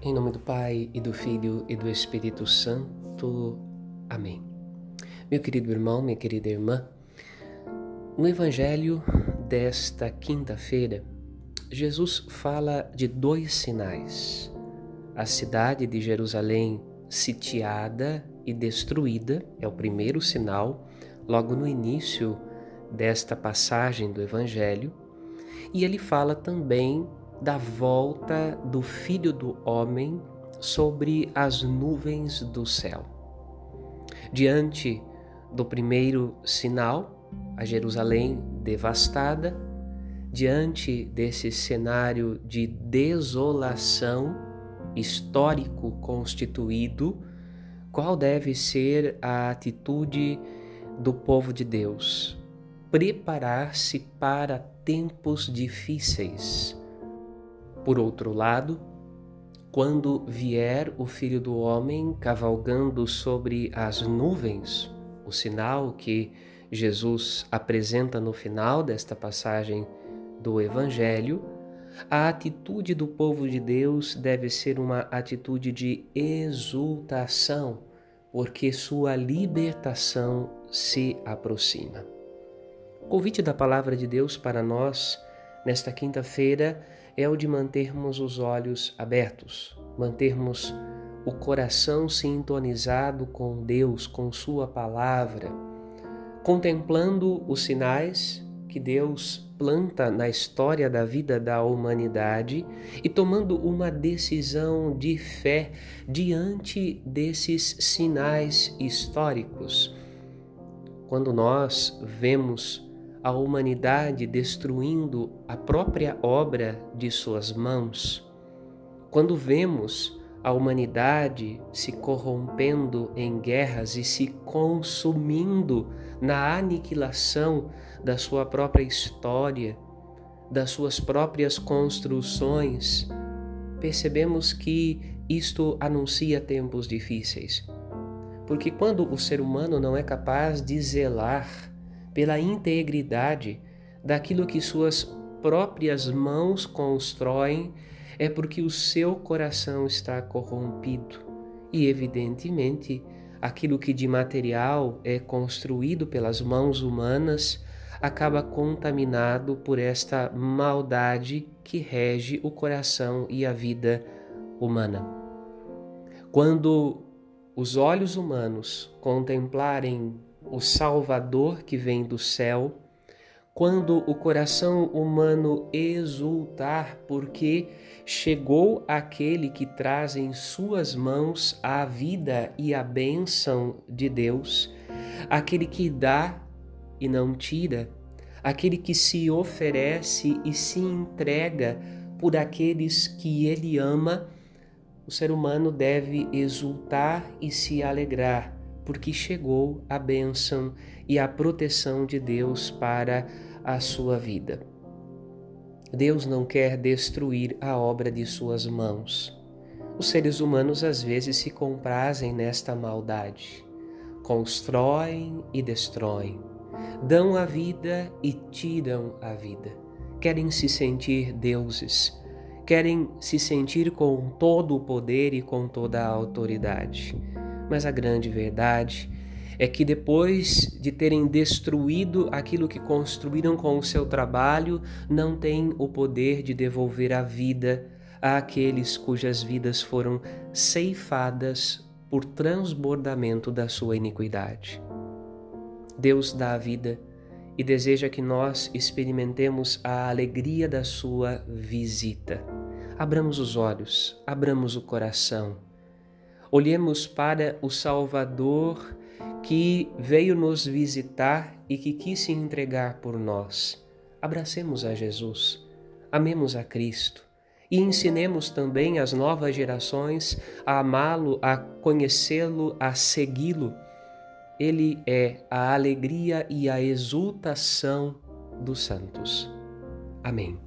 Em nome do Pai, e do Filho, e do Espírito Santo. Amém. Meu querido irmão, minha querida irmã, no Evangelho desta quinta-feira, Jesus fala de 2 sinais. A cidade de Jerusalém sitiada e destruída é o primeiro sinal, logo no início desta passagem do Evangelho. E ele fala também da volta do Filho do Homem sobre as nuvens do céu. Diante do primeiro sinal, a Jerusalém devastada, diante desse cenário de desolação histórico constituído, qual deve ser a atitude do povo de Deus? Preparar-se para tempos difíceis. Por outro lado, quando vier o Filho do Homem cavalgando sobre as nuvens, o sinal que Jesus apresenta no final desta passagem do Evangelho, a atitude do povo de Deus deve ser uma atitude de exultação, porque sua libertação se aproxima. O convite da Palavra de Deus para nós, nesta quinta-feira, é o de mantermos os olhos abertos, mantermos o coração sintonizado com Deus, com Sua Palavra, contemplando os sinais que Deus planta na história da vida da humanidade e tomando uma decisão de fé diante desses sinais históricos. Quando nós vemos a humanidade destruindo a própria obra de suas mãos, quando vemos a humanidade se corrompendo em guerras e se consumindo na aniquilação da sua própria história, das suas próprias construções, percebemos que isto anuncia tempos difíceis. Porque quando o ser humano não é capaz de zelar pela integridade daquilo que suas próprias mãos constroem, é porque o seu coração está corrompido. E, evidentemente, aquilo que de material é construído pelas mãos humanas acaba contaminado por esta maldade que rege o coração e a vida humana. Quando os olhos humanos contemplarem o Salvador que vem do céu, quando o coração humano exultar porque chegou aquele que traz em suas mãos a vida e a bênção de Deus, aquele que dá e não tira, aquele que se oferece e se entrega por aqueles que ele ama, o ser humano deve exultar e se alegrar, porque chegou a bênção e a proteção de Deus para a sua vida. Deus não quer destruir a obra de suas mãos. Os seres humanos às vezes se comprazem nesta maldade. Constroem e destroem. Dão a vida e tiram a vida. Querem se sentir deuses. Querem se sentir com todo o poder e com toda a autoridade. Mas a grande verdade é que depois de terem destruído aquilo que construíram com o seu trabalho, não têm o poder de devolver a vida àqueles cujas vidas foram ceifadas por transbordamento da sua iniquidade. Deus dá a vida e deseja que nós experimentemos a alegria da sua visita. Abramos os olhos, abramos o coração. Olhemos para o Salvador que veio nos visitar e que quis se entregar por nós. Abracemos a Jesus, amemos a Cristo e ensinemos também as novas gerações a amá-lo, a conhecê-lo, a segui-lo. Ele é a alegria e a exultação dos santos. Amém.